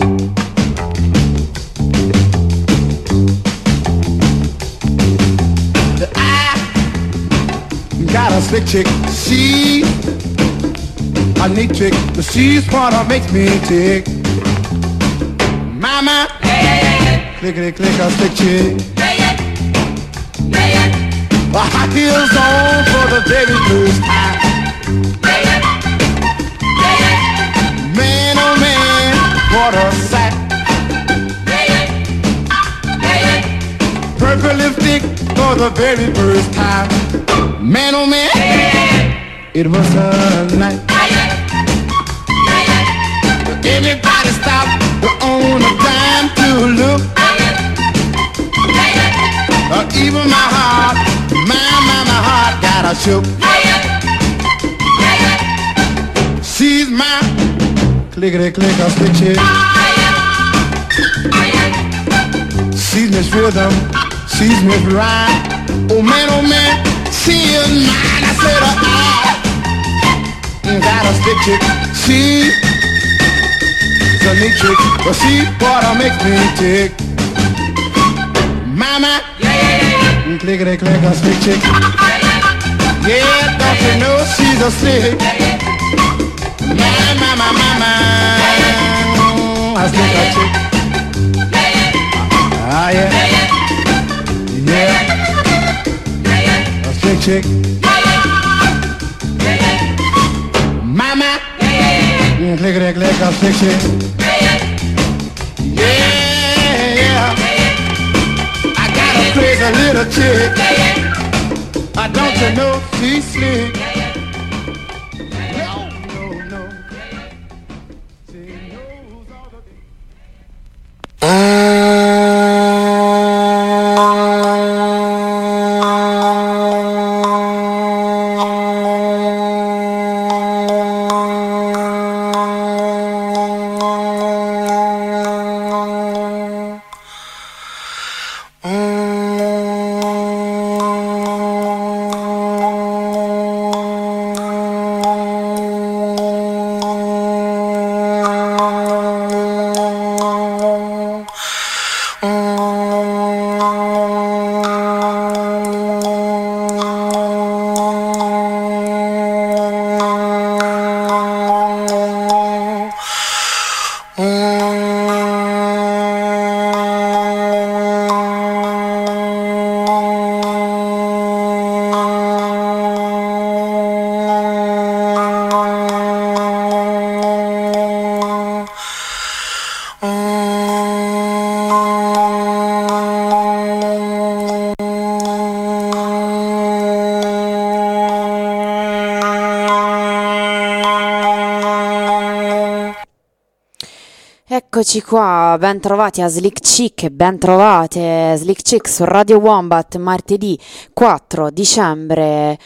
Got a slick chick, she a neat chick, but she's what makes me tick. Mama, clickety click, a slick chick. High heels on for the very first time. Man, oh man, what a sight. Purple lipstick for the very first time. Man, oh man, it was a night. Everybody stopped on a dime to look. Even my heart, my heart got a shook. She's my clickety click a stick chick. She's Miss Rhythm, she's Miss Rhyme. Oh man, she is mine. I said got a stick chick. She's a neat chick, but she what makes me tick. Mama, clickety click a stick chick. Yeah, don't you know she's a slick. My, a stick a chick. Ah yeah, a stick chick. Mama, clickety click a stick chick. Yeah. Crazy little chick. Don't you know she's slick? No. She knows all the Eccoci qua, ben trovati a Slick Chick e ben trovate Slick Chick su Radio Wombat martedì 4 dicembre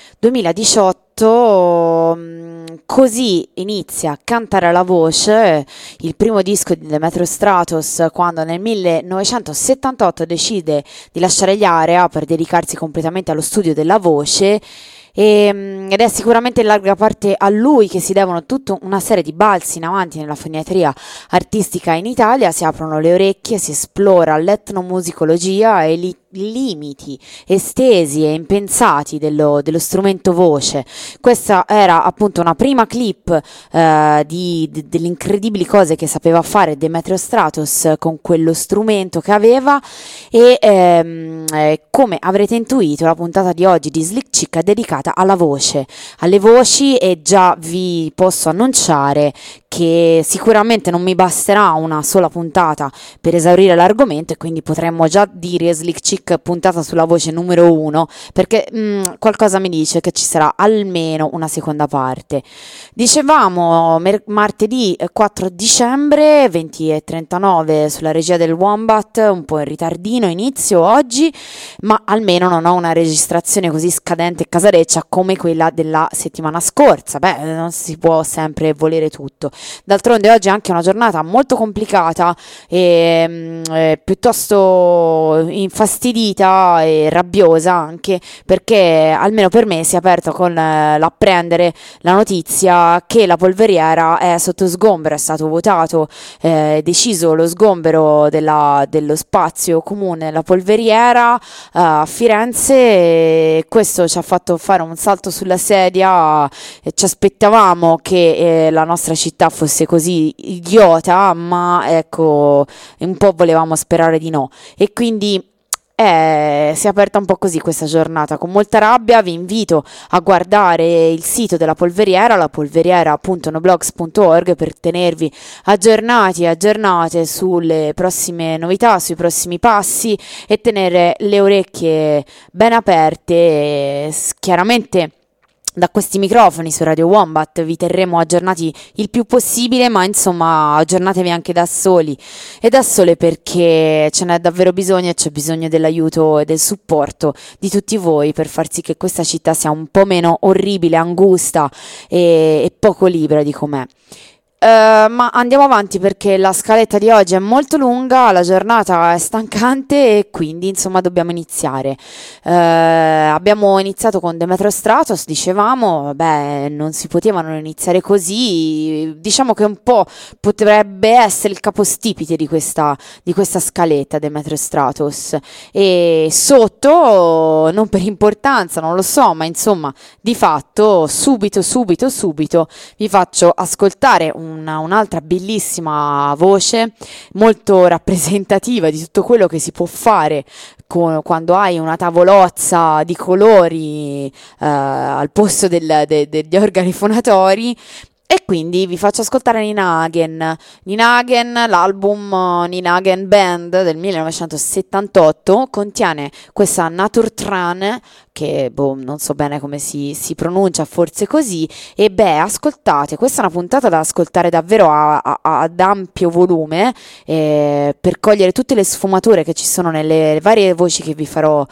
2018. Così inizia a cantare la voce, il primo disco di Demetrio Stratos, quando nel 1978 decide di lasciare gli Area per dedicarsi completamente allo studio della voce. Ed è sicuramente in larga parte a lui che si devono tutta una serie di balzi in avanti nella foniatria artistica in Italia. Si aprono le orecchie, si esplora l'etnomusicologia e i limiti estesi e impensati dello strumento voce. Questa era appunto una prima clip delle incredibili cose che sapeva fare Demetrio Stratos con quello strumento che aveva, e come avrete intuito la puntata di oggi di Slick Chick è dedicata alla voce, alle voci, e già vi posso annunciare che sicuramente non mi basterà una sola puntata per esaurire l'argomento, e quindi potremmo già dire Slick Chick puntata sulla voce numero 1, perché qualcosa mi dice che ci sarà almeno una seconda parte. Dicevamo martedì 4 dicembre 20:39 sulla regia del Wombat, un po' in ritardino inizio oggi, ma almeno non ho una registrazione così scadente e casareccia come quella della settimana scorsa. Non si può sempre volere tutto. D'altronde oggi è anche una giornata molto complicata e piuttosto infastidita e rabbiosa, anche perché almeno per me si è aperto con l'apprendere la notizia che la polveriera è sotto sgombero. È stato votato, deciso lo sgombero dello spazio comune, la polveriera a Firenze, e questo ci ha fatto fare un salto sulla sedia. Ci aspettavamo che la nostra città fosse così idiota, ma ecco, un po' volevamo sperare di no, e quindi si è aperta un po' così questa giornata, con molta rabbia. Vi invito a guardare il sito della polveriera, lapolveriera.noblogs.org, per tenervi aggiornati e aggiornate sulle prossime novità, sui prossimi passi, e tenere le orecchie ben aperte. Chiaramente da questi microfoni su Radio Wombat vi terremo aggiornati il più possibile, ma insomma aggiornatevi anche da soli e da sole, perché ce n'è davvero bisogno, e c'è bisogno dell'aiuto e del supporto di tutti voi per far sì che questa città sia un po' meno orribile, angusta e poco libera di com'è. Ma andiamo avanti, perché la scaletta di oggi è molto lunga, la giornata è stancante e quindi insomma dobbiamo iniziare. Abbiamo iniziato con Demetrio Stratos, dicevamo, vabbè, non si potevano iniziare così, diciamo che un po' potrebbe essere il capostipite di questa scaletta, Demetrio Stratos, e sotto, non per importanza, non lo so, ma insomma di fatto subito vi faccio ascoltare un'altra bellissima voce, molto rappresentativa di tutto quello che si può fare quando hai una tavolozza di colori al posto degli organi fonatori. E quindi vi faccio ascoltare Nina Hagen. L'album Nina Hagen Band del 1978 contiene questa Naturtran, che non so bene come si pronuncia, forse così, e ascoltate, questa è una puntata da ascoltare davvero ad ampio volume, per cogliere tutte le sfumature che ci sono nelle varie voci che vi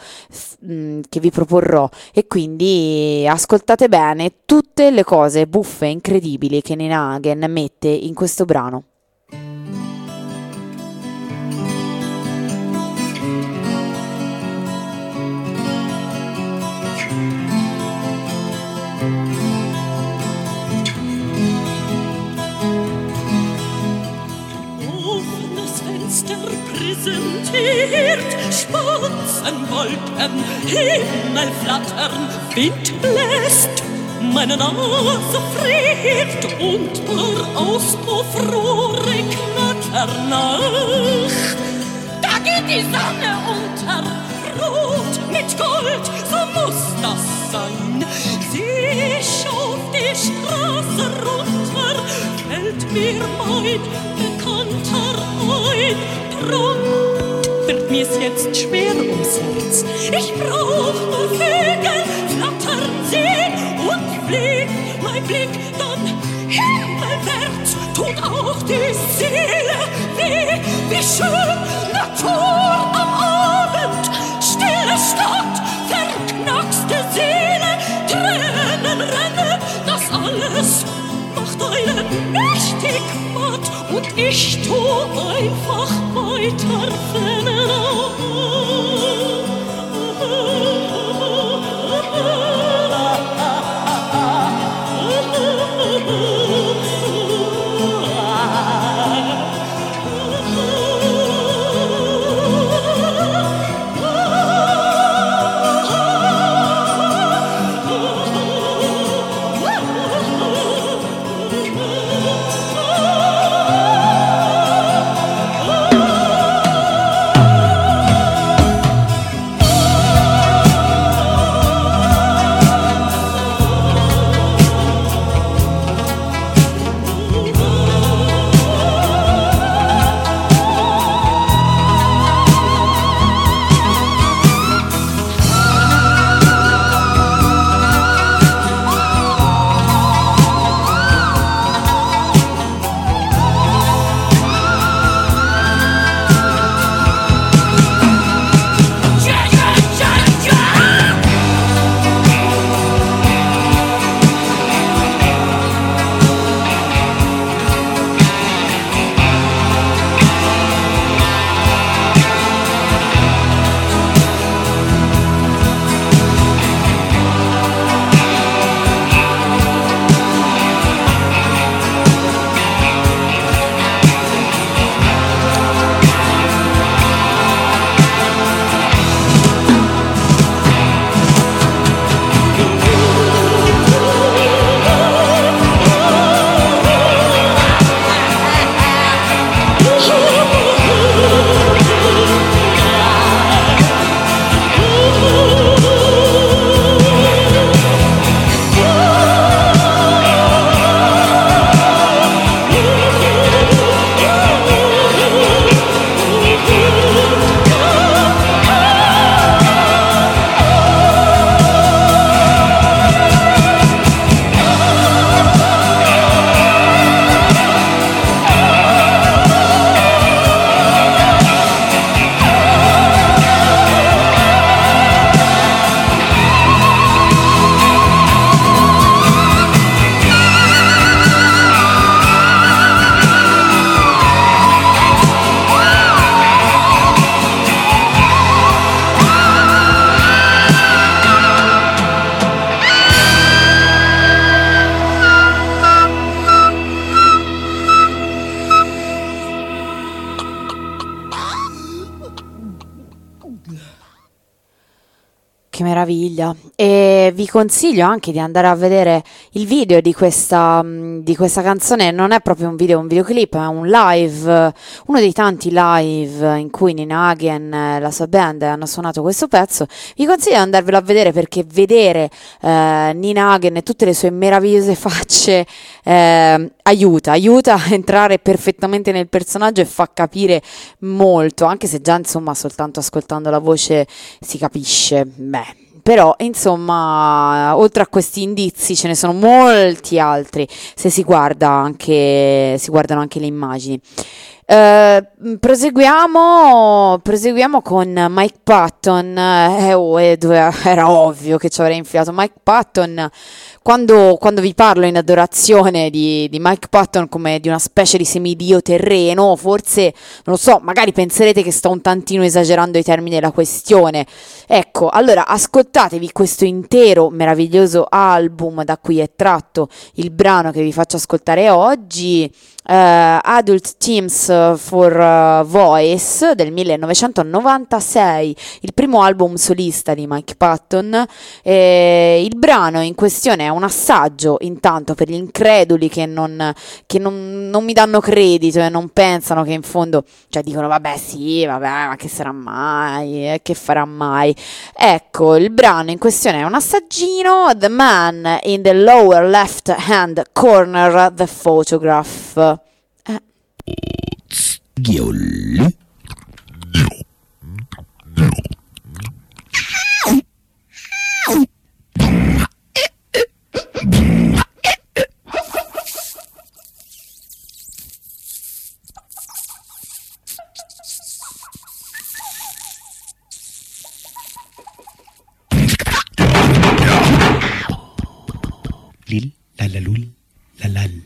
proporrò, e quindi ascoltate bene tutte le cose buffe e incredibili che Nina Hagen mette in questo brano. Offenes Fenster präsentiert Spatzenwolken, Himmel flattern, Wind bläst, meine Nase friert und paar Auspuffrohre knattern nach. Da geht die Sonne unter, rot mit Gold, so muss das sein. Sie schaut die Straße runter, fällt mir mein Bekannter ein. Drum wird mir's jetzt schwer ums Herz. Ich brauch nur Vögel flattern sehen und fliegt mein Blick dann himmelwärts, tut auch die Seele weh, wie schön Natur am Abend, stille Stadt, verknackste Seele, Tränen rennen, das alles macht einen mächtig matt, und ich tu einfach weiter rennen. meraviglia! E vi consiglio anche di andare a vedere il video di questa canzone. Non è proprio un video, un videoclip, è un live, uno dei tanti live in cui Nina Hagen e la sua band hanno suonato questo pezzo. Vi consiglio di andarvelo a vedere, perché vedere Nina Hagen e tutte le sue meravigliose facce aiuta a entrare perfettamente nel personaggio e fa capire molto, anche se già insomma soltanto ascoltando la voce si capisce. Però insomma, oltre a questi indizi ce ne sono molti altri se si guardano anche le immagini. Proseguiamo con Mike Patton. Era ovvio che ci avrei infilato Mike Patton. Quando vi parlo in adorazione di Mike Patton come di una specie di semidio terreno, forse, non lo so, magari penserete che sto un tantino esagerando i termini della questione. Ecco, allora ascoltatevi questo intero meraviglioso album da cui è tratto il brano che vi faccio ascoltare oggi, Adult Themes for Voice del 1996, il primo album solista di Mike Patton. Il brano in questione è un assaggio, intanto, per gli increduli che non mi danno credito e non pensano che in fondo, cioè dicono vabbè sì, vabbè, ma che sarà mai, che farà mai. Ecco, il brano in questione è un assaggino, The Man in the Lower Left Hand Corner, The Photograph. Ghiolli. Lil, la la lul, la lal.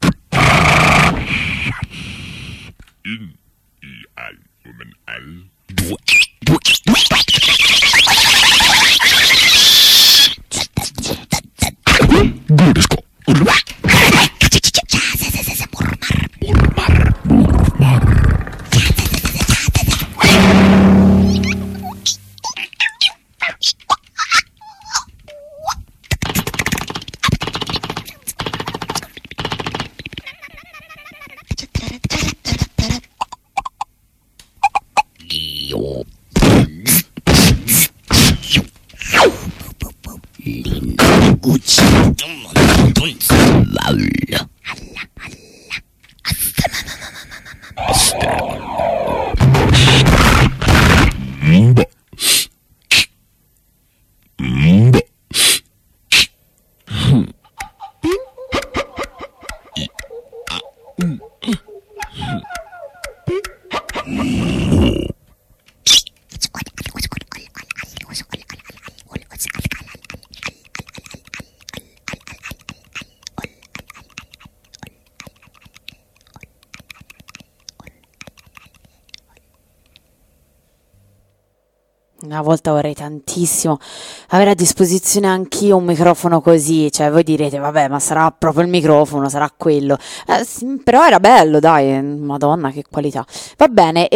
Una volta vorrei tantissimo avere a disposizione anch'io un microfono così, cioè voi direte vabbè, ma sarà proprio il microfono, sarà quello, sì, però era bello, dai, madonna che qualità. Va bene,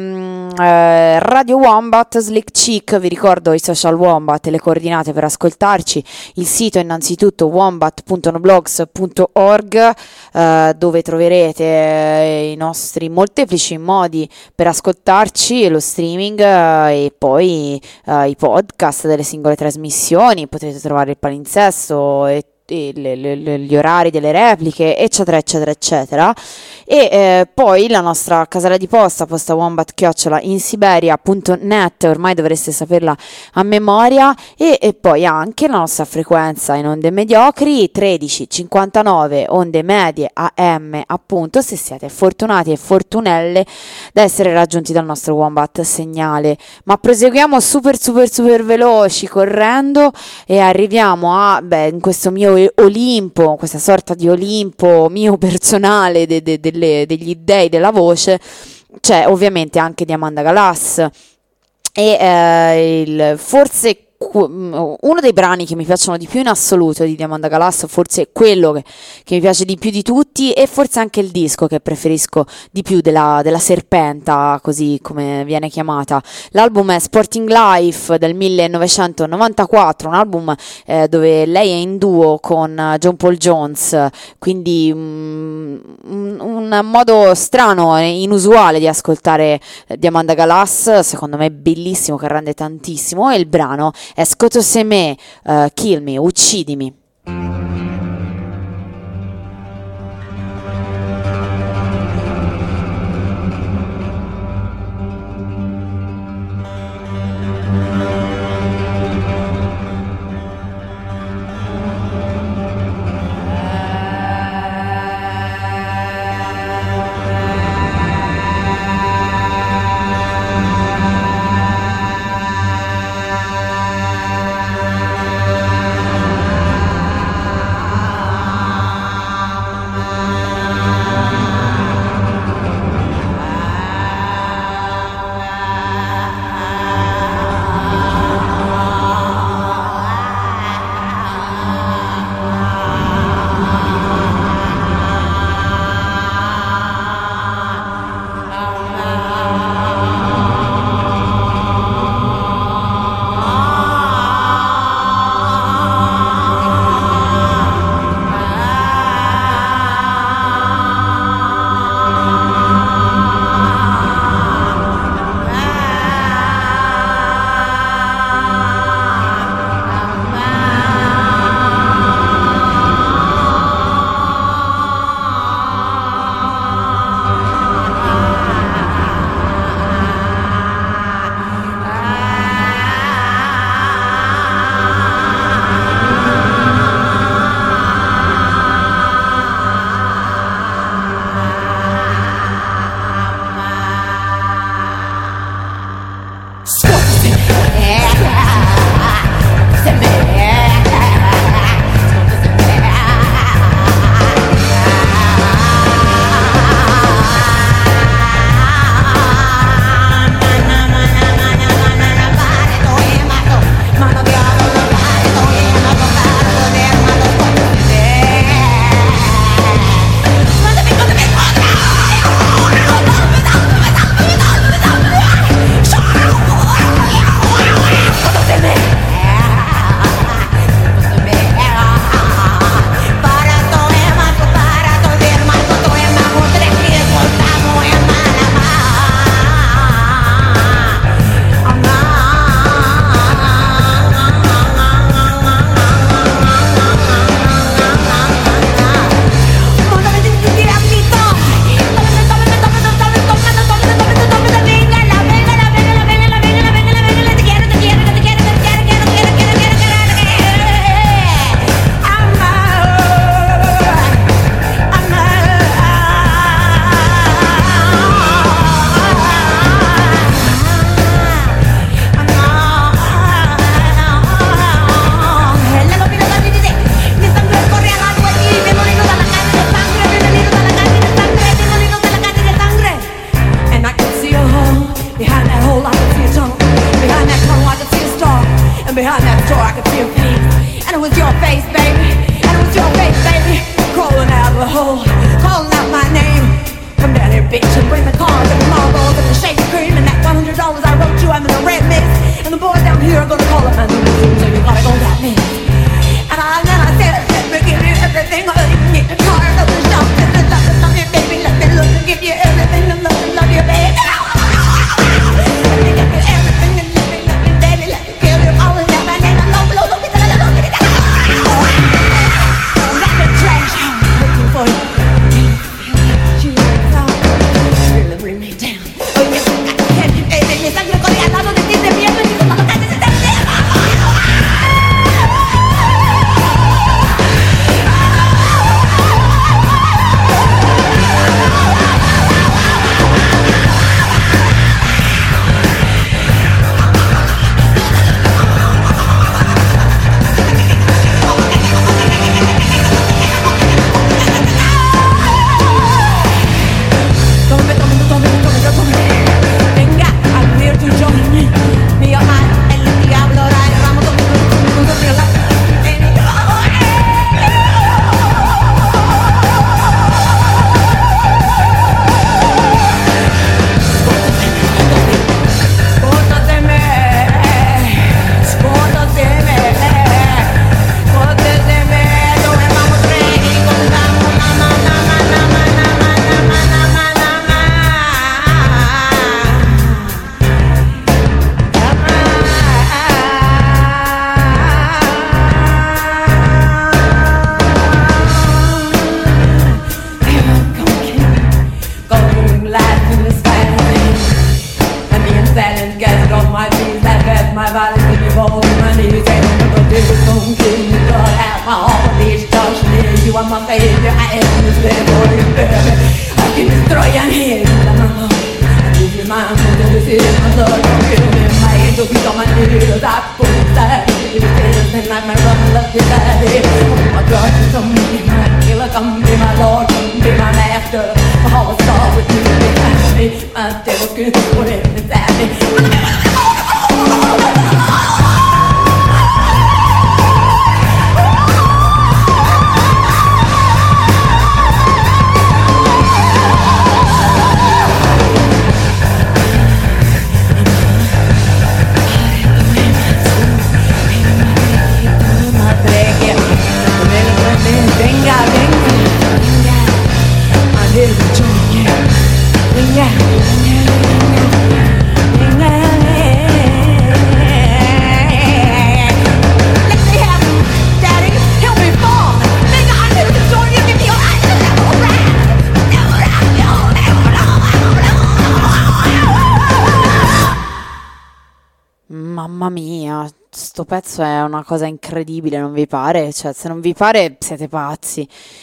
Radio Wombat, Slick Chick, vi ricordo i social Wombat e le coordinate per ascoltarci, il sito innanzitutto wombat.noblogs.org, dove troverete i nostri molteplici modi per ascoltarci, lo streaming e poi i podcast delle singole trasmissioni. Potete trovare il palinsesto e gli orari delle repliche, eccetera eccetera eccetera. E poi la nostra casella di posta wombat@insiberia.net, ormai dovreste saperla a memoria, e poi anche la nostra frequenza in onde mediocri 1359 onde medie AM, appunto, se siete fortunati e fortunelle da essere raggiunti dal nostro Wombat segnale. Ma proseguiamo super veloci, correndo, e arriviamo a in questo mio Olimpo, questa sorta di Olimpo mio personale degli dei della voce. C'è ovviamente anche di Amanda Galas e forse uno dei brani che mi piacciono di più in assoluto di Diamanda Galas, forse quello che mi piace di più di tutti, e forse anche il disco che preferisco di più della Serpenta, così come viene chiamata. L'album è Sporting Life del 1994, un album dove lei è in duo con John Paul Jones, quindi un modo strano e inusuale di ascoltare Diamanda Galas, secondo me bellissimo, che rende tantissimo, e il brano è Scotoseme, Kill Me, uccidimi. behind that door I could see your feet. And it was your face, baby. And it was your face, baby. Crawling out of the hole, calling out my name. Come down here, bitch, and bring the cars and the marbles and the shaving cream and that $100 I wrote you. I'm in a red mist. And the boys down here are gonna call it my new name. So you gotta go that mist. And then I said, let me give you everything. I'll even get the car of the shop. And the love you, baby. Let me look and give you everything. The love you, baby. Let me give you everything. And let me, baby. Let me give you all of that. My name, I love you, my baby, I am this bad boy, baby. I can destroy your head, I give you my mother, this is my blood. Don't kill me, my angel, beat on my knees. I put inside, and like my run, love you, daddy. Oh my God, come be my killer, come be my Lord, come be my master. My heart was all with you, behind me. My devil can put it inside me. Venga, venga, venga, a little joy, venga, venga, let me have him, Daddy, help me fall, venga, a little joy, give me your eyes, never Mamma mia, sto pezzo è una cosa incredibile, non vi pare? Cioè, se non vi pare siete pazzi.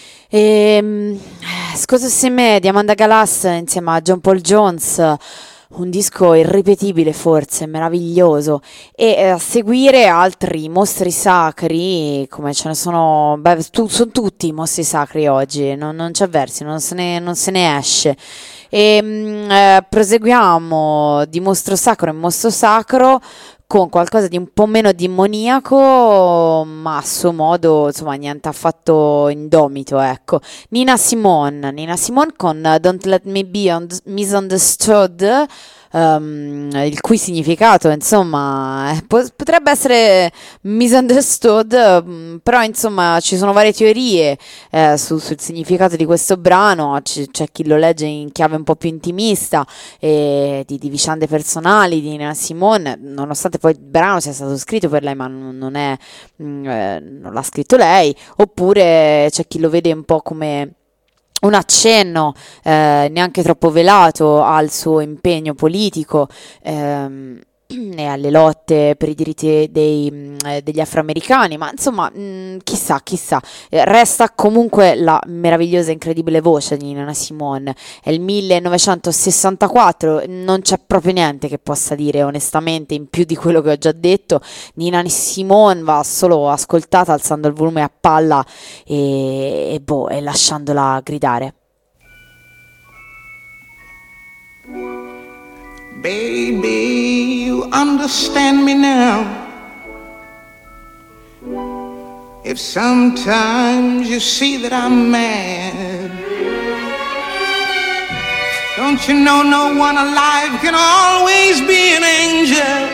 Scosse me di Amanda Galas insieme a John Paul Jones, un disco irripetibile forse, meraviglioso. E a seguire altri mostri sacri, come ce ne sono, sono tutti mostri sacri oggi, non c'è versi, non se ne esce. E proseguiamo di mostro sacro in mostro sacro con qualcosa di un po' meno demoniaco, ma a suo modo, insomma, niente affatto indomito, ecco. Nina Simone con Don't Let Me Be Misunderstood, il cui significato, insomma, potrebbe essere misunderstood, però, insomma, ci sono varie teorie sul significato di questo brano. C'è chi lo legge in chiave un po' più intimista, di vicende personali di Nina Simone, nonostante poi il brano sia stato scritto per lei, ma non l'ha scritto lei, oppure c'è chi lo vede un po' come un accenno neanche troppo velato al suo impegno politico e alle lotte per i diritti degli afroamericani, ma insomma chissà, resta comunque la meravigliosa e incredibile voce di Nina Simone. È il 1964, non c'è proprio niente che possa dire onestamente in più di quello che ho già detto. Nina Simone va solo ascoltata alzando il volume a palla e lasciandola gridare. Baby, you understand me now. If sometimes you see that I'm mad, don't you know no one alive can always be an angel?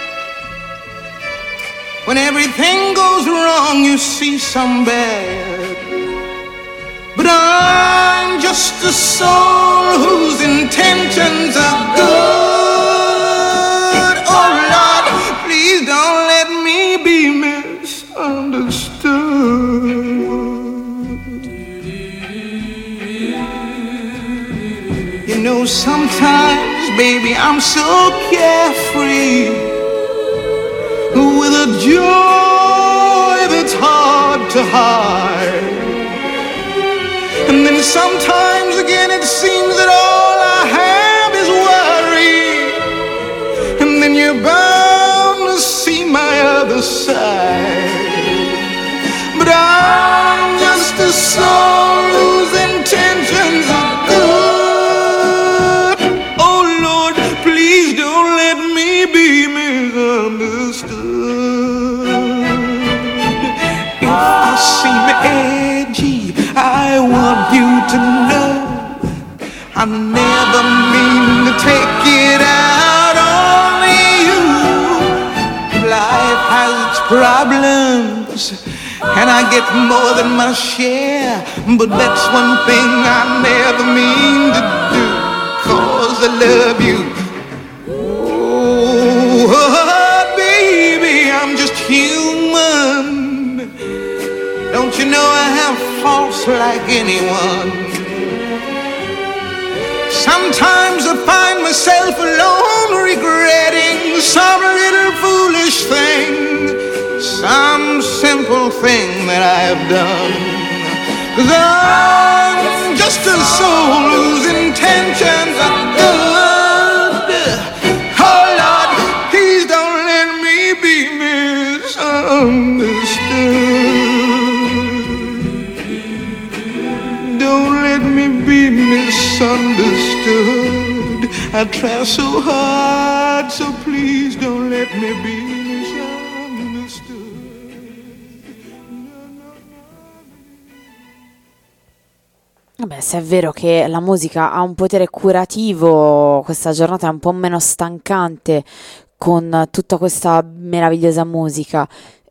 When everything goes wrong, you see some bad. But I'm just a soul whose intentions are good. Oh Lord, please don't let me be misunderstood. You know, sometimes, baby, I'm so carefree, with a joy that's hard to hide. And then sometimes again it seems that all I have is worry. And then you're bound to see my other side. But I'm just a soul whose intentions are good. Oh Lord, please don't let me be misunderstood. If I seem edgy, I want you to know I never mean to take it out on you. Life has its problems, and I get more than my share. But that's one thing I never mean to do, 'cause I love you. Oh, baby, I'm just human. Don't you know I have faults like anyone? Sometimes I find myself alone regretting some little foolish thing, some simple thing that I've done. 'cause I'm just a soul whose intentions are good. Oh Lord, please don't let me be misunderstood. Don't let me be misunderstood. I try so hard, so please don't let me be misunderstood. Beh, se è vero che la musica ha un potere curativo, questa giornata è un po' meno stancante con tutta questa meravigliosa musica.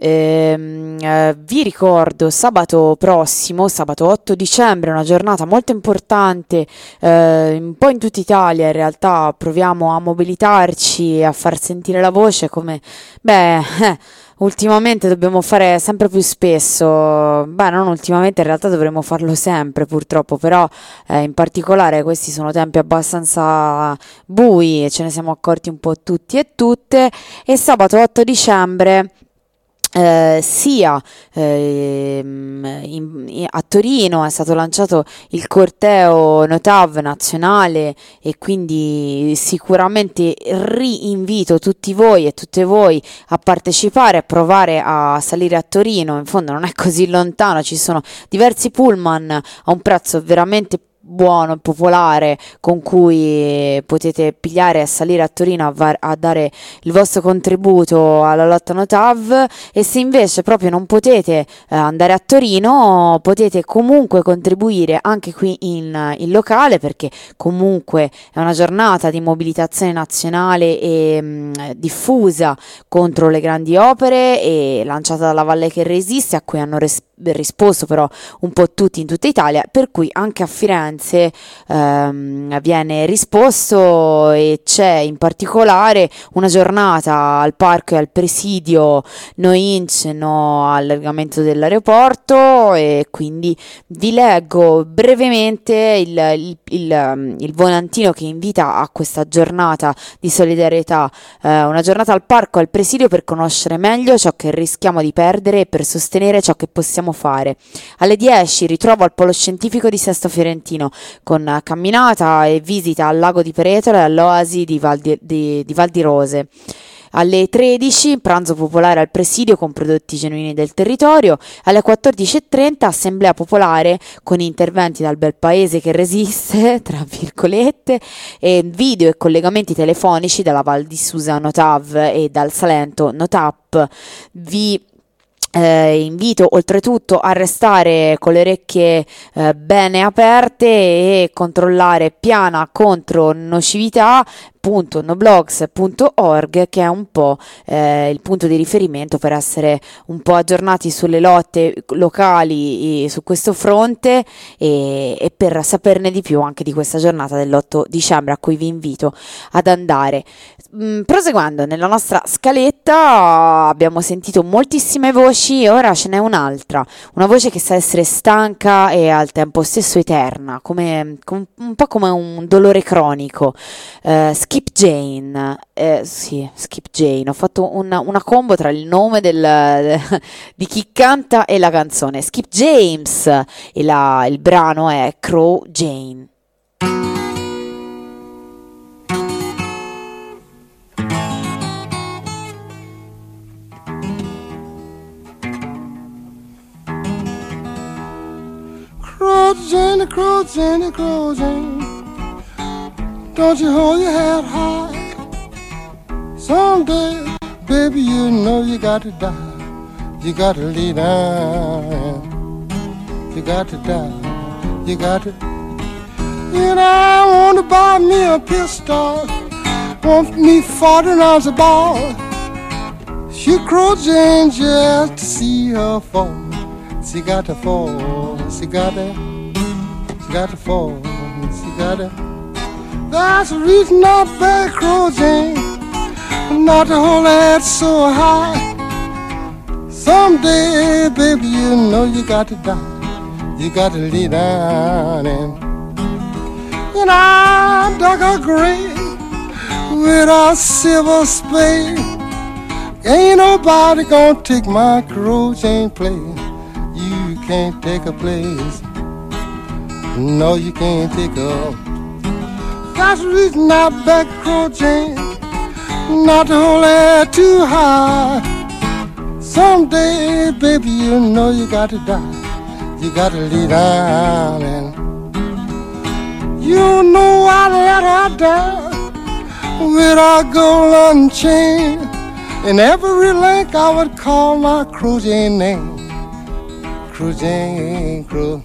Vi ricordo sabato prossimo, sabato 8 dicembre, una giornata molto importante, un po' in tutta Italia. In realtà proviamo a mobilitarci, a far sentire la voce come, ultimamente dobbiamo fare sempre più spesso. Non ultimamente, in realtà dovremmo farlo sempre purtroppo, però in particolare questi sono tempi abbastanza bui e ce ne siamo accorti un po' tutti e tutte. E sabato 8 dicembre sia a Torino è stato lanciato il corteo Notav nazionale, e quindi sicuramente rinvito tutti voi e tutte voi a partecipare, a provare a salire a Torino. In fondo non è così lontano, ci sono diversi pullman a un prezzo veramente buono e popolare con cui potete pigliare e salire a Torino a dare il vostro contributo alla lotta Notav. E se invece proprio non potete andare a Torino, potete comunque contribuire anche qui in locale, perché comunque è una giornata di mobilitazione nazionale e diffusa contro le grandi opere e lanciata dalla Valle che Resiste, a cui hanno risposto però un po' tutti in tutta Italia, per cui anche a Firenze viene risposto, e c'è in particolare una giornata al parco e al presidio No Inch, no allargamento dell'aeroporto. E quindi vi leggo brevemente il volantino che invita a questa giornata di solidarietà, una giornata al parco e al presidio per conoscere meglio ciò che rischiamo di perdere e per sostenere ciò che possiamo fare. Alle 10 ritrovo al Polo Scientifico di Sesto Fiorentino con camminata e visita al lago di Peretola e all'oasi di Val di Rose. Alle 13 pranzo popolare al presidio con prodotti genuini del territorio. Alle 14:30 assemblea popolare con interventi dal bel paese che resiste, tra virgolette, e video e collegamenti telefonici dalla Val di Susa Notav e dal Salento Notap. Vi invito oltretutto a restare con le orecchie bene aperte e controllare Piana contro nocività .noblogs.org, che è un po' il punto di riferimento per essere un po' aggiornati sulle lotte locali su questo fronte e per saperne di più anche di questa giornata dell'8 dicembre a cui vi invito ad andare. Proseguendo nella nostra scaletta, abbiamo sentito moltissime voci e ora ce n'è un'altra, una voce che sa essere stanca e al tempo stesso eterna, un po' come un dolore cronico. Skip Jane, sì, Skip Jane. Ho fatto una combo tra il nome di chi canta e la canzone. Skip James, e il brano è Crow Jane. Crow Jane, Crow Jane, Crow Jane, don't you hold your head high. Someday, baby, you know you got to die. You got to lay down. You got to die. You got to. And I want to buy me a pistol. Want me 40 rounds of ball. Shoot Crow Jane just to see her fall. She got to fall. She got to fall. She got to. That's the reason I beg Crow Jane not to hold her head so high. Someday, baby, you know you got to die. You got to lay down and I dug a grave with a silver spade. Ain't nobody gonna take my Crow Jane place. You can't take a place. No, you can't take her. That's the reason I back Crow Jane, not to hold it too high. Someday, baby, you know you got to die. You got to lay down and you know I let her die with a golden chain. And every link I would call my Crow Jane name. Crow Jane, Crow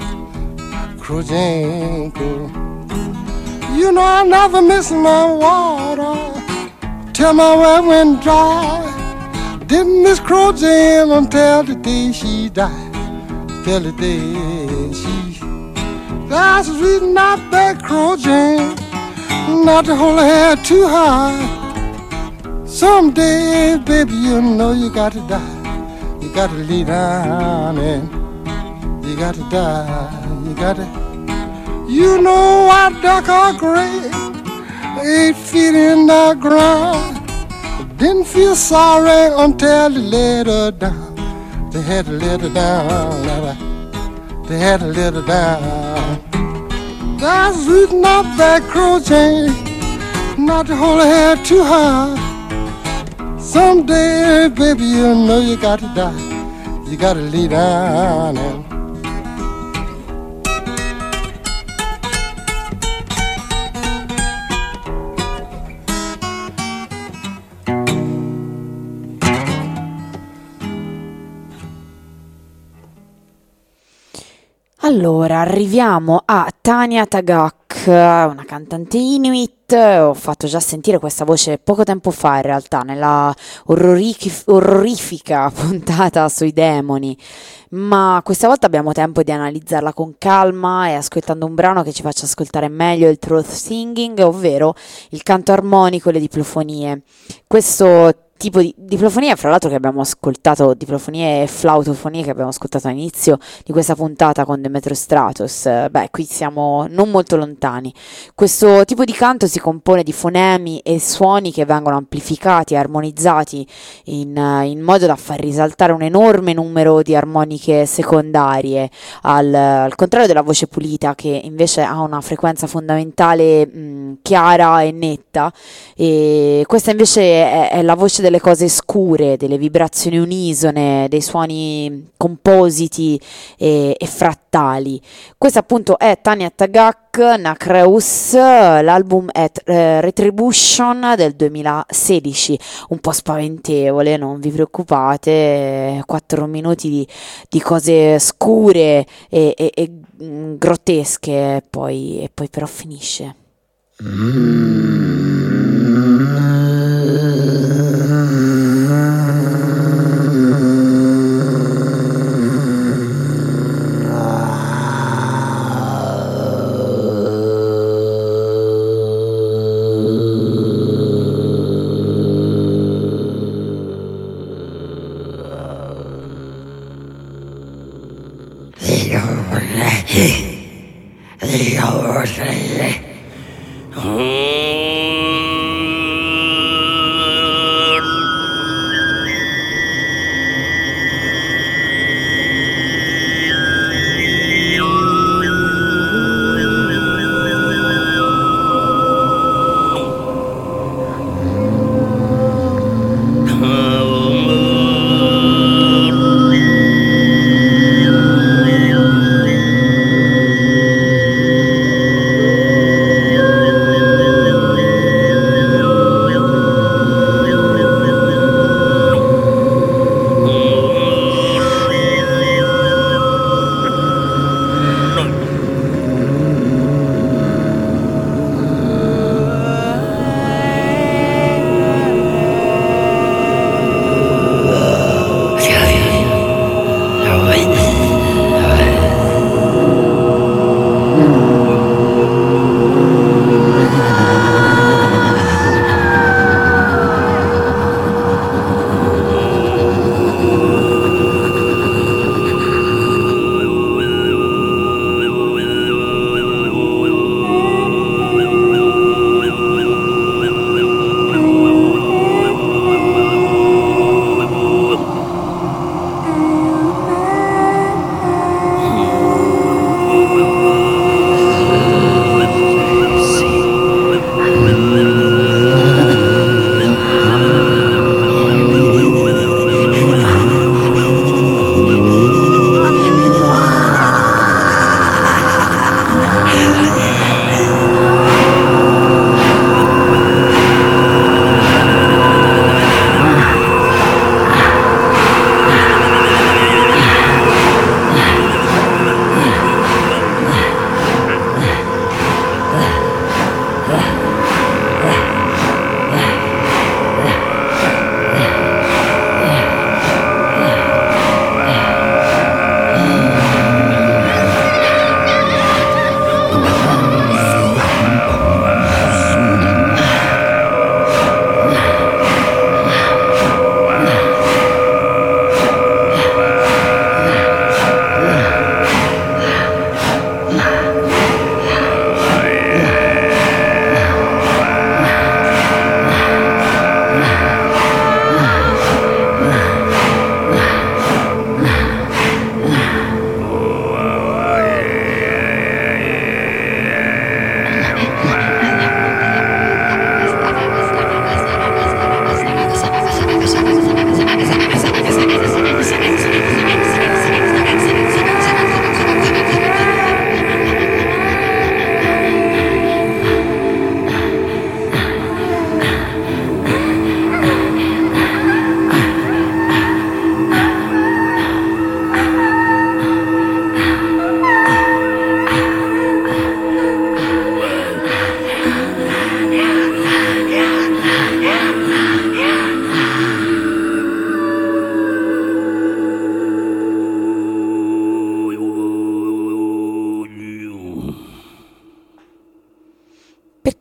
Jane, Crow. You know I never miss my water till my well went dry. Didn't miss Crow Jane until the day she died. Till the day she. That's the reason I beg Crow Jane not to hold her head too high. Someday, baby, you know you got to die. You got to lay down and you got to die. You got to. You know I dug her grave 8 feet in the ground. Didn't feel sorry until they let her down. They had to let her down. They had to let her down. That's the reason I back Crow Jane not to hold her head too high. Someday, baby, you know you got to die. You got to lay down and Allora, arriviamo a Tanya Tagaq, una cantante Inuit. Ho fatto già sentire questa voce poco tempo fa, in realtà, nella orrorifica puntata sui demoni, ma questa volta abbiamo tempo di analizzarla con calma e ascoltando un brano che ci faccia ascoltare meglio il throat singing, ovvero il canto armonico e le diplofonie. Questo tipo di diplofonia, fra l'altro, che abbiamo ascoltato, diplofonie e flautofonie che abbiamo ascoltato all'inizio di questa puntata con Demetrio Stratos, qui siamo non molto lontani. Questo tipo di canto si compone di fonemi e suoni che vengono amplificati e armonizzati in modo da far risaltare un enorme numero di armoniche secondarie, al contrario della voce pulita, che invece ha una frequenza fondamentale chiara e netta, e questa invece è la voce delle cose scure, delle vibrazioni unisone, dei suoni compositi e frattali. Questa appunto è Tanya Tagaq, Nacreus, l'album è Retribution del 2016, un po' spaventevole, non vi preoccupate, 4 minuti di cose scure e grottesche, e poi però finisce.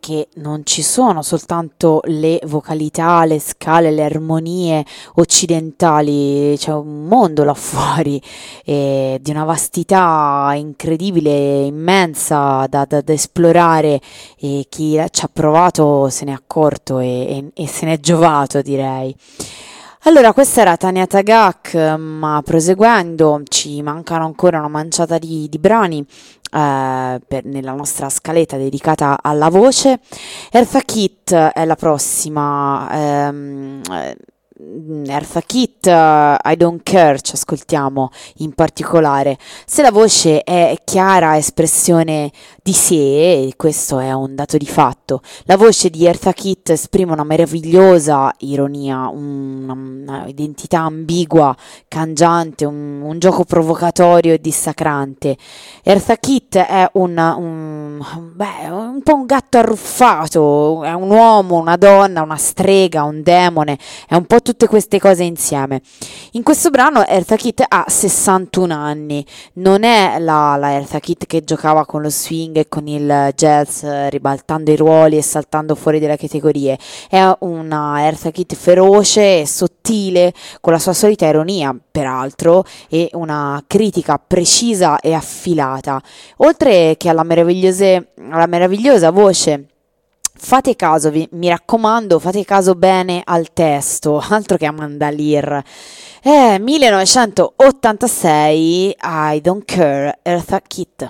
che non ci sono soltanto le vocalità, le scale, le armonie occidentali, c'è un mondo là fuori di una vastità incredibile, immensa da esplorare, e chi ci ha provato se n'è accorto e se n'è giovato, direi. Allora, questa era Tanya Tagaq, ma proseguendo ci mancano ancora una manciata di brani nella nostra scaletta dedicata alla voce. Eartha Kitt è la prossima. Eartha Kitt, I Don't Care, ci ascoltiamo in particolare. Se la voce è chiara espressione di sé, e questo è un dato di fatto, la voce di Eartha Kitt esprime una meravigliosa ironia, una identità ambigua, cangiante, un gioco provocatorio e dissacrante. Eartha Kitt è un po' un gatto arruffato, è un uomo, una donna, una strega, un demone, è un po' tutte queste cose insieme. In questo brano Eartha Kitt ha 61 anni, non è la Eartha Kitt che giocava con lo swing e con il jazz, ribaltando i ruoli e saltando fuori dalle categorie. È una Eartha Kitt feroce e sottile, con la sua solita ironia, peraltro, e una critica precisa e affilata. Oltre che alla meravigliosa voce, fate caso, mi raccomando, fate caso bene al testo, altro che Amanda Lear. 1986, I Don't Care, Eartha Kitt.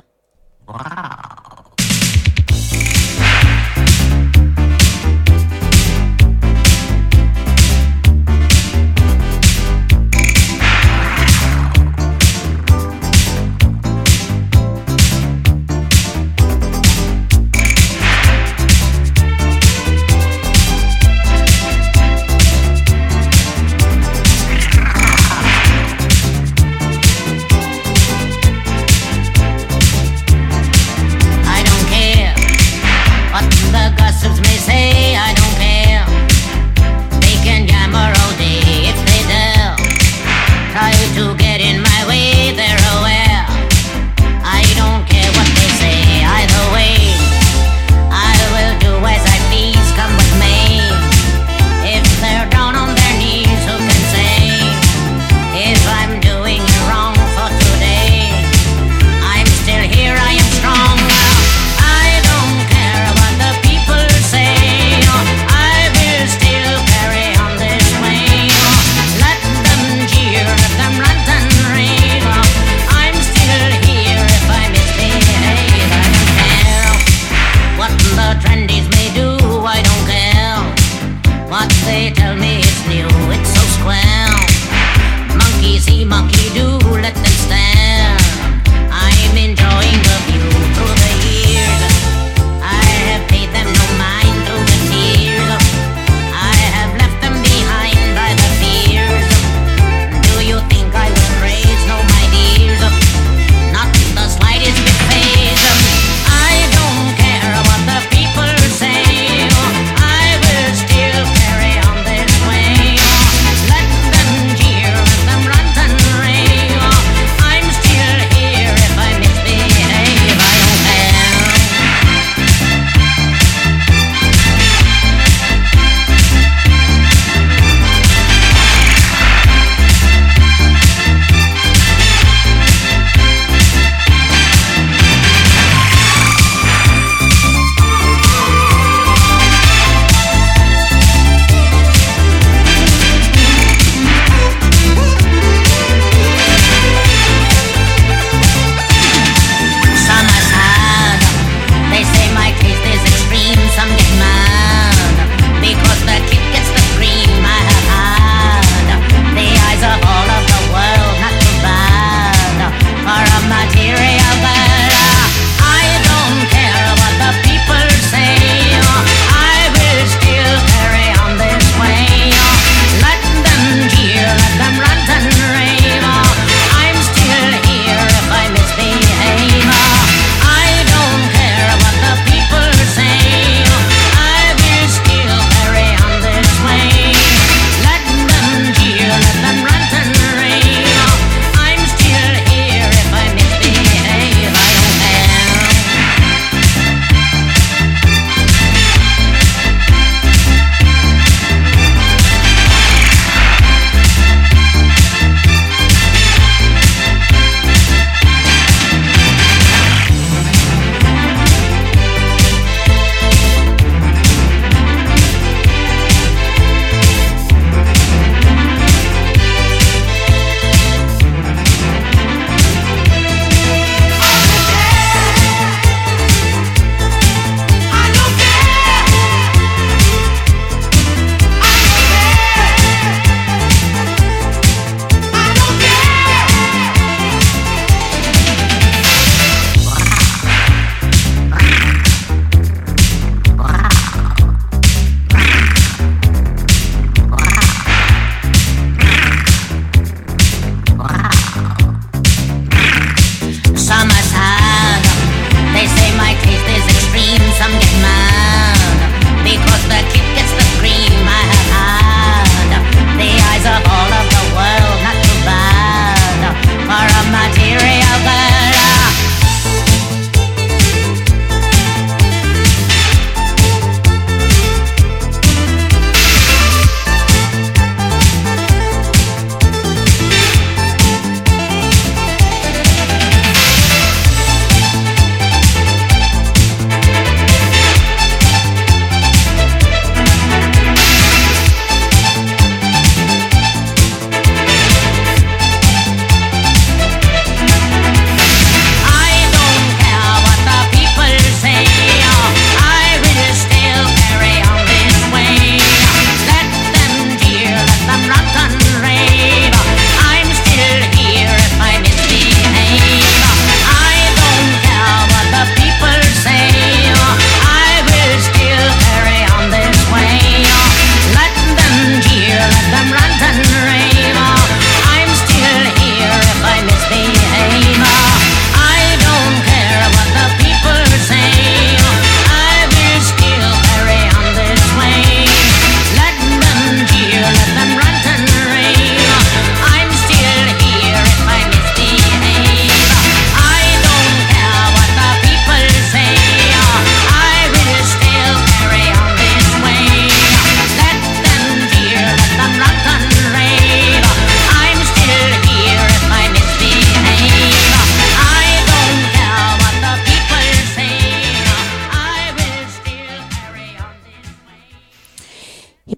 I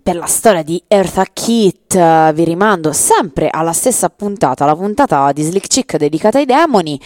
per la storia di Eartha Kitt vi rimando sempre alla stessa puntata, la puntata di Slick Chick dedicata ai demoni,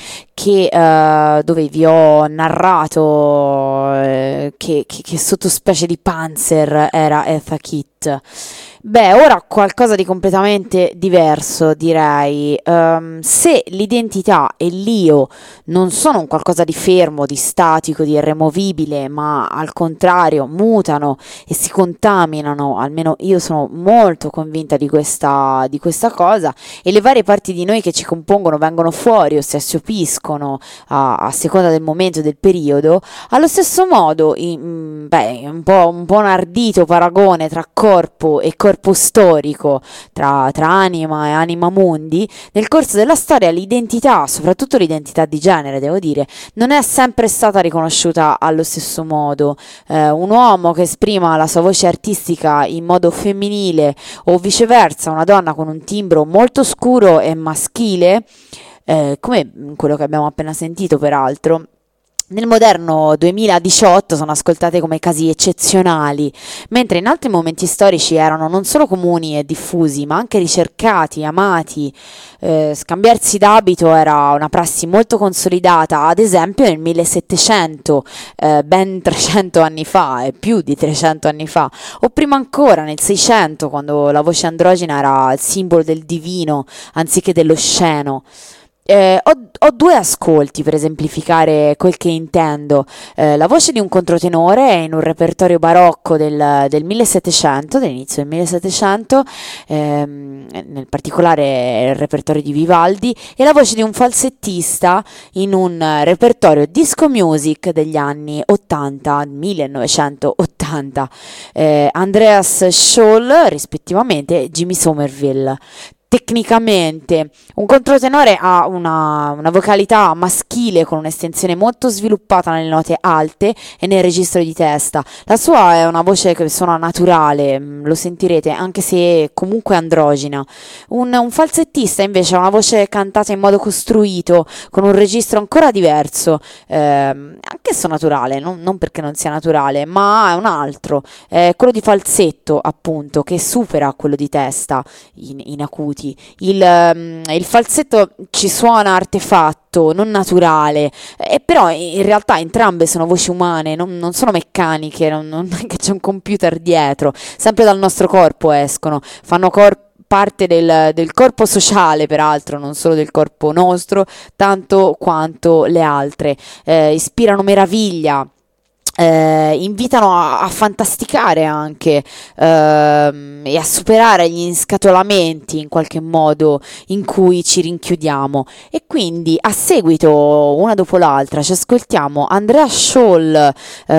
dove vi ho narrato che sottospecie di Panzer era Eartha Kitt. Beh, ora qualcosa di completamente diverso, direi. Se l'identità e l'io non sono un qualcosa di fermo, di statico, di irremovibile, ma al contrario mutano e si contaminano, almeno io sono molto convinta di questa cosa, e le varie parti di noi che ci compongono vengono fuori o si assoppiscono a seconda del momento e del periodo, allo stesso modo, un po' un ardito paragone tra corpo e corpo storico, tra anima e anima mundi, nel corso della storia l'identità, soprattutto l'identità di genere, devo dire, non è sempre stata riconosciuta allo stesso modo. Un uomo che esprima la sua voce artistica in modo femminile o viceversa una donna con un timbro molto scuro e maschile, come quello che abbiamo appena sentito peraltro, nel moderno 2018 sono ascoltate come casi eccezionali, mentre in altri momenti storici erano non solo comuni e diffusi, ma anche ricercati, amati. Scambiarsi d'abito era una prassi molto consolidata, ad esempio nel 1700, ben 300 anni fa, e più di 300 anni fa, o prima ancora nel 600, quando la voce androgina era il simbolo del divino anziché dell'osceno. Ho due ascolti per esemplificare quel che intendo. La voce di un controtenore in un repertorio barocco del 1700, dell'inizio del 1700, nel particolare il repertorio di Vivaldi, e la voce di un falsettista in un repertorio disco music degli anni 80, 1980, Andreas Scholl rispettivamente e Jimmy Somerville. Tecnicamente un controtenore ha una vocalità maschile con un'estensione molto sviluppata nelle note alte e nel registro di testa. La sua è una voce che suona naturale, lo sentirete, anche se comunque androgina. Un falsettista invece ha una voce cantata in modo costruito, con un registro ancora diverso, anch'esso naturale, non perché non sia naturale, ma è un altro, quello di falsetto, appunto, che supera quello di testa in acuti. Il falsetto ci suona artefatto, non naturale, però in realtà entrambe sono voci umane, non sono meccaniche, non è che c'è un computer dietro, sempre dal nostro corpo escono, fanno parte del corpo sociale, peraltro, non solo del corpo nostro, tanto quanto le altre. Ispirano meraviglia. Invitano a fantasticare anche, e a superare gli inscatolamenti in qualche modo in cui ci rinchiudiamo, e quindi a seguito, una dopo l'altra, ci ascoltiamo Andrea Scholl,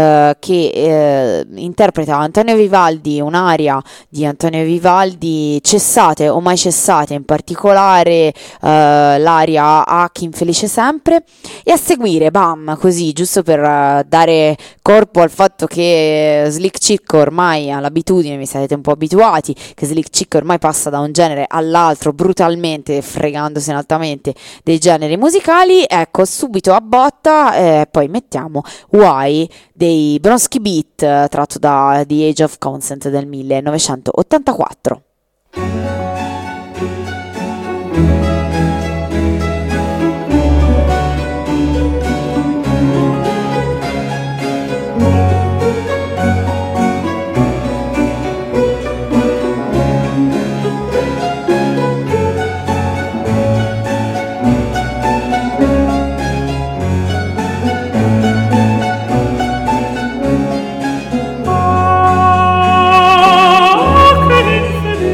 che interpreta Antonio Vivaldi, un'aria di Antonio Vivaldi, Cessate o mai cessate, in particolare l'aria A chi infelice sempre, e a seguire, bam, così, giusto per dare corpo al fatto che Slick Chick ormai ha l'abitudine, mi sarete un po' abituati, che Slick Chick ormai passa da un genere all'altro brutalmente, fregandosene altamente dei generi musicali. Ecco, subito a botta, poi mettiamo Why dei Bronski Beat, tratto da The Age of Consent del 1984. Che infelice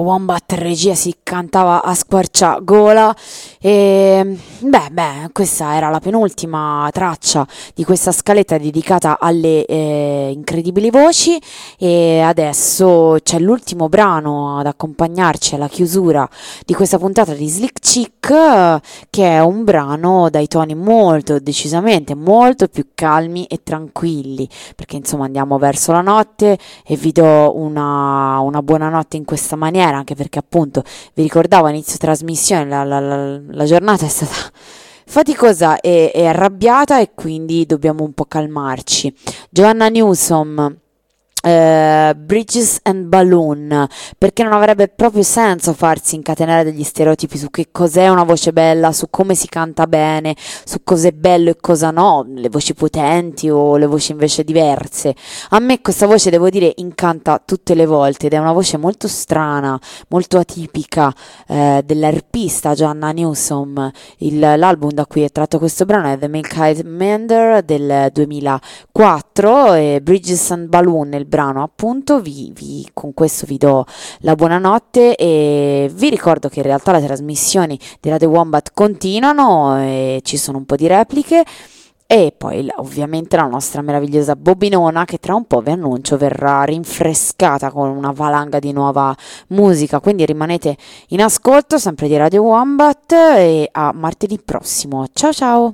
Wombat regia si cantava a squarciagola e questa era la penultima traccia di questa scaletta dedicata alle incredibili voci, e adesso c'è l'ultimo brano ad accompagnarci alla chiusura di questa puntata di Slick Chick, che è un brano dai toni decisamente molto più calmi e tranquilli, perché insomma andiamo verso la notte e vi do una buonanotte in questa maniera, anche perché appunto vi ricordavo a inizio trasmissione la giornata è stata faticosa e arrabbiata, e quindi dobbiamo un po' calmarci. Joanna Newsom, Bridges and Balloon, perché non avrebbe proprio senso farsi incatenare degli stereotipi su che cos'è una voce bella, su come si canta bene, su cos'è bello e cosa no, le voci potenti o le voci invece diverse. A me questa voce, devo dire, incanta tutte le volte, ed è una voce molto strana, molto atipica, dell'arpista Joanna Newsom. L'album da cui è tratto questo brano è The Milk-Eyed Mender del 2004, e Bridges and Balloon il brano, appunto. Con questo vi do la buonanotte, e vi ricordo che in realtà le trasmissioni di Radio Wombat continuano e ci sono un po' di repliche, e poi ovviamente la nostra meravigliosa bobinona, che tra un po' vi annuncio verrà rinfrescata con una valanga di nuova musica, quindi rimanete in ascolto sempre di Radio Wombat, e a martedì prossimo. Ciao ciao.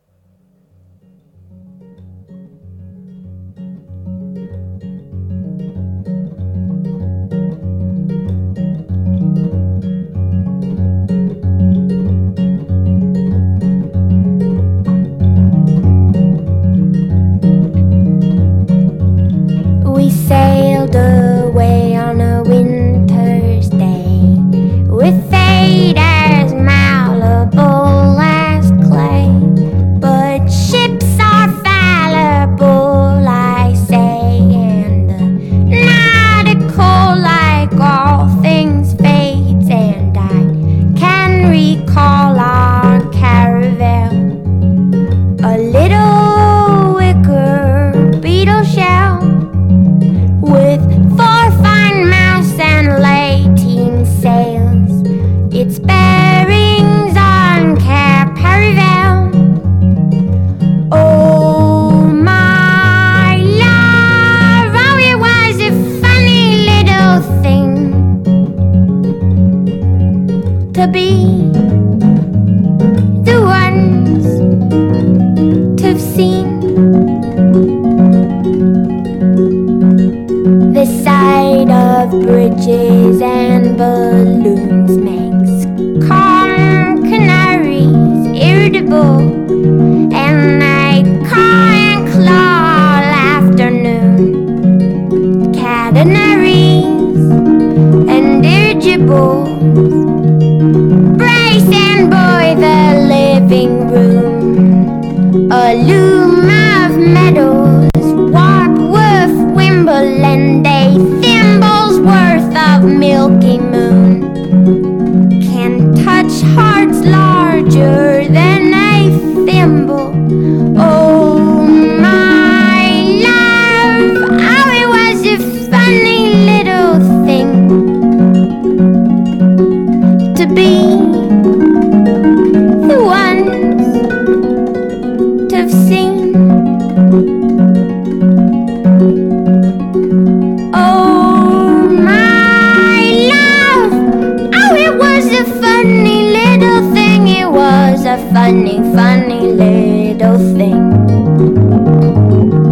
We sailed away on a winter's day, with fate as malleable as clay. But ships are fallible, I say, and the nautical, like all things, fades. And I can recall our caravan, a little wicker beetle shell, with 4 fine masts and 18 sails. Its bearings on Cape Harryvale. Oh my love, oh it was a funny little thing to be the ones to've seen. The sight of bridges and balloons makes calm canaries irritable, and they caw and claw all afternoon. Catenaries and dirigibles, brace and buoy the living room. A loom of metals, warp, woof, wimble, and a thimble's worth of Milky Moon can touch hearts larger than a thimble. Oh my love, oh it was a funny little thing to be the ones to've seen. Oh my love, oh it was a funny little thing. It was a funny, funny little thing.